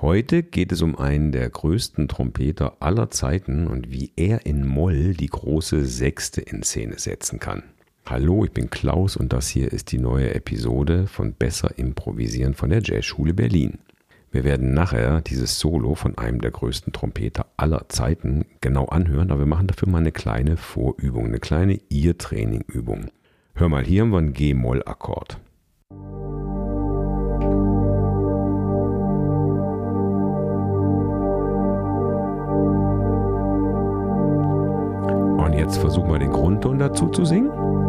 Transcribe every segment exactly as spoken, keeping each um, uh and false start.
Heute geht es um einen der größten Trompeter aller Zeiten und wie er in Moll die große Sechste in Szene setzen kann. Hallo, ich bin Klaus und das hier ist die neue Episode von Besser Improvisieren von der Jazzschule Berlin. Wir werden nachher dieses Solo von einem der größten Trompeter aller Zeiten genau anhören, aber wir machen dafür mal eine kleine Vorübung, eine kleine Ear-Training-Übung. Hör mal, hier haben wir einen G-Moll-Akkord. Und jetzt versuchen wir den Grundton dazu zu singen.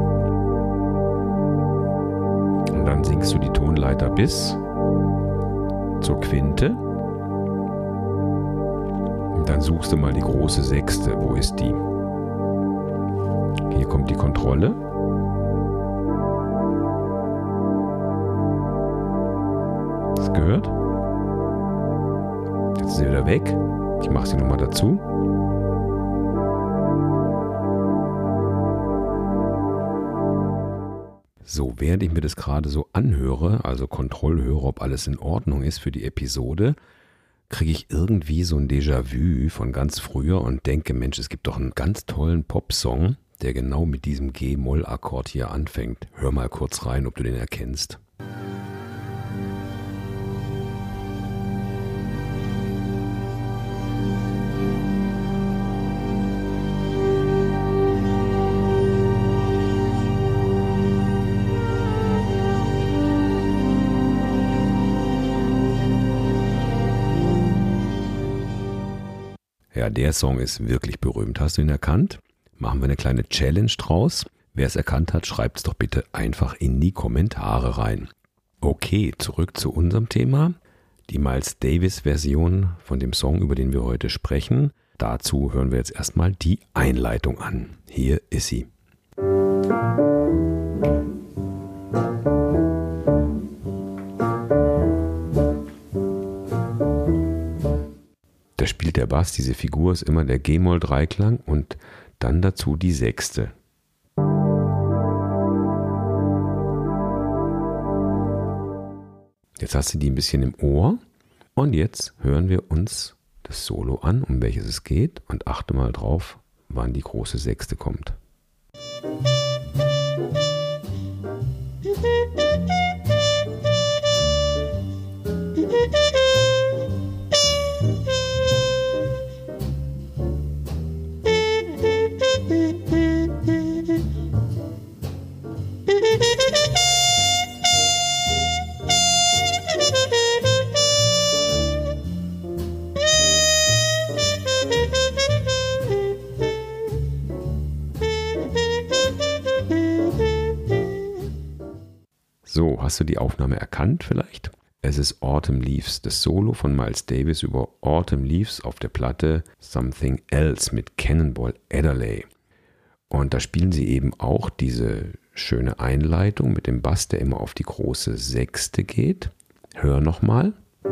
Und dann singst du die Tonleiter bis zur Quinte. Und dann suchst du mal die große Sechste. Wo ist die? Hier kommt die Kontrolle. Hast du gehört? Jetzt ist sie wieder weg. Ich mache sie nochmal dazu. So, während ich mir das gerade so anhöre, also Kontroll höre, ob alles in Ordnung ist für die Episode, kriege ich irgendwie so ein Déjà-vu von ganz früher und denke, Mensch, es gibt doch einen ganz tollen Popsong, der genau mit diesem G-Moll-Akkord hier anfängt. Hör mal kurz rein, ob du den erkennst. Ja, der Song ist wirklich berühmt. Hast du ihn erkannt? Machen wir eine kleine Challenge draus. Wer es erkannt hat, schreibt es doch bitte einfach in die Kommentare rein. Okay, zurück zu unserem Thema. Die Miles Davis-Version von dem Song, über den wir heute sprechen. Dazu hören wir jetzt erstmal die Einleitung an. Hier ist sie. Da spielt der Bass, diese Figur ist immer der G-Moll-Dreiklang und dann dazu die Sechste. Jetzt hast du die ein bisschen im Ohr und jetzt hören wir uns das Solo an, um welches es geht und achte mal drauf, wann die große Sechste kommt. So, hast du die Aufnahme erkannt vielleicht? Es ist Autumn Leaves, das Solo von Miles Davis über Autumn Leaves auf der Platte Something Else mit Cannonball Adderley. Und da spielen sie eben auch diese schöne Einleitung mit dem Bass, der immer auf die große Sechste geht. Hör nochmal.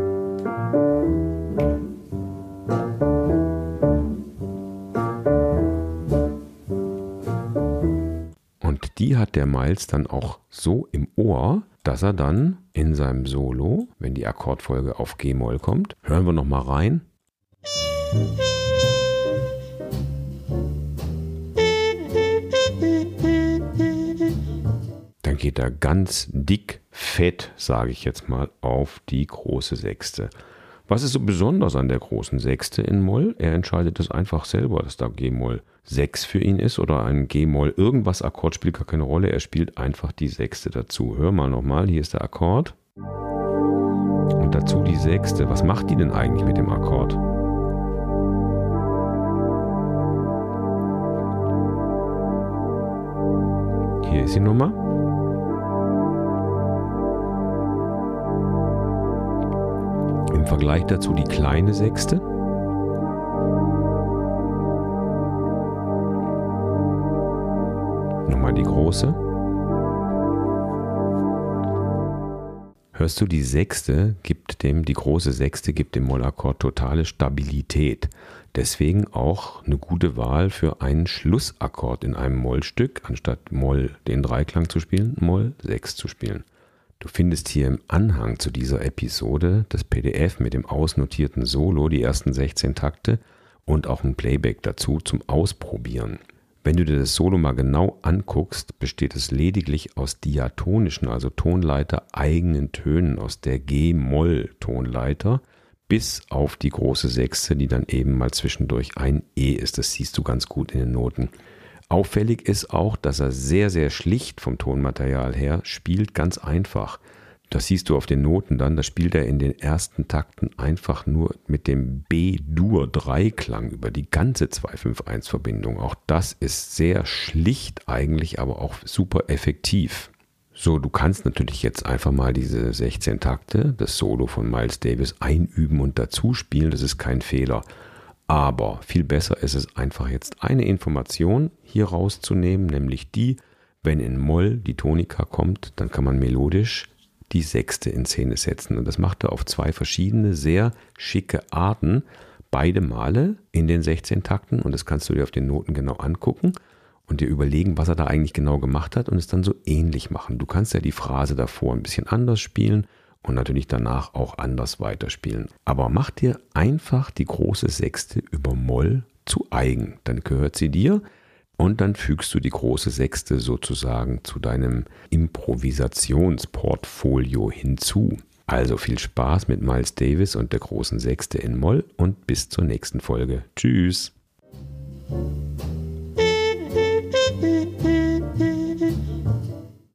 Und die hat der Miles dann auch so im Ohr, dass er dann in seinem Solo, wenn die Akkordfolge auf G-Moll kommt, hören wir nochmal rein. Dann geht er ganz dick, fett, sage ich jetzt mal, auf die große Sechste. Was ist so besonders an der großen Sechste in Moll? Er entscheidet es einfach selber, dass da G-Moll sechs für ihn ist oder ein G-Moll irgendwas Akkord spielt gar keine Rolle. Er spielt einfach die Sechste dazu. Hör mal nochmal, hier ist der Akkord. Und dazu die Sechste. Was macht die denn eigentlich mit dem Akkord? Hier ist sie nochmal. Im Vergleich dazu die kleine Sechste. Nochmal die große. Hörst du, die Sechste gibt dem, die große Sechste gibt dem Mollakkord totale Stabilität. Deswegen auch eine gute Wahl für einen Schlussakkord in einem Mollstück, anstatt Moll den Dreiklang zu spielen, Moll sechs zu spielen. Du findest hier im Anhang zu dieser Episode das P D F mit dem ausnotierten Solo, die ersten sechzehn Takte und auch ein Playback dazu zum Ausprobieren. Wenn du dir das Solo mal genau anguckst, besteht es lediglich aus diatonischen, also Tonleiter eigenen Tönen aus der G-Moll-Tonleiter bis auf die große Sechste, die dann eben mal zwischendurch ein E ist. Das siehst du ganz gut in den Noten. Auffällig ist auch, dass er sehr, sehr schlicht vom Tonmaterial her spielt, ganz einfach. Das siehst du auf den Noten dann, da spielt er in den ersten Takten einfach nur mit dem B-Dur-Dreiklang über die ganze zwei fünf eins Verbindung. Auch das ist sehr schlicht eigentlich, aber auch super effektiv. So, du kannst natürlich jetzt einfach mal diese sechzehn Takte, das Solo von Miles Davis, einüben und dazu spielen, das ist kein Fehler. Aber viel besser ist es einfach jetzt eine Information hier rauszunehmen, nämlich die, wenn in Moll die Tonika kommt, dann kann man melodisch die Sechste in Szene setzen. Und das macht er auf zwei verschiedene, sehr schicke Arten, beide Male in den sechzehn Takten. Und das kannst du dir auf den Noten genau angucken und dir überlegen, was er da eigentlich genau gemacht hat und es dann so ähnlich machen. Du kannst ja die Phrase davor ein bisschen anders spielen und natürlich danach auch anders weiterspielen. Aber mach dir einfach die große Sechste über Moll zu eigen. Dann gehört sie dir. Und dann fügst du die große Sechste sozusagen zu deinem Improvisationsportfolio hinzu. Also viel Spaß mit Miles Davis und der großen Sechste in Moll und bis zur nächsten Folge. Tschüss!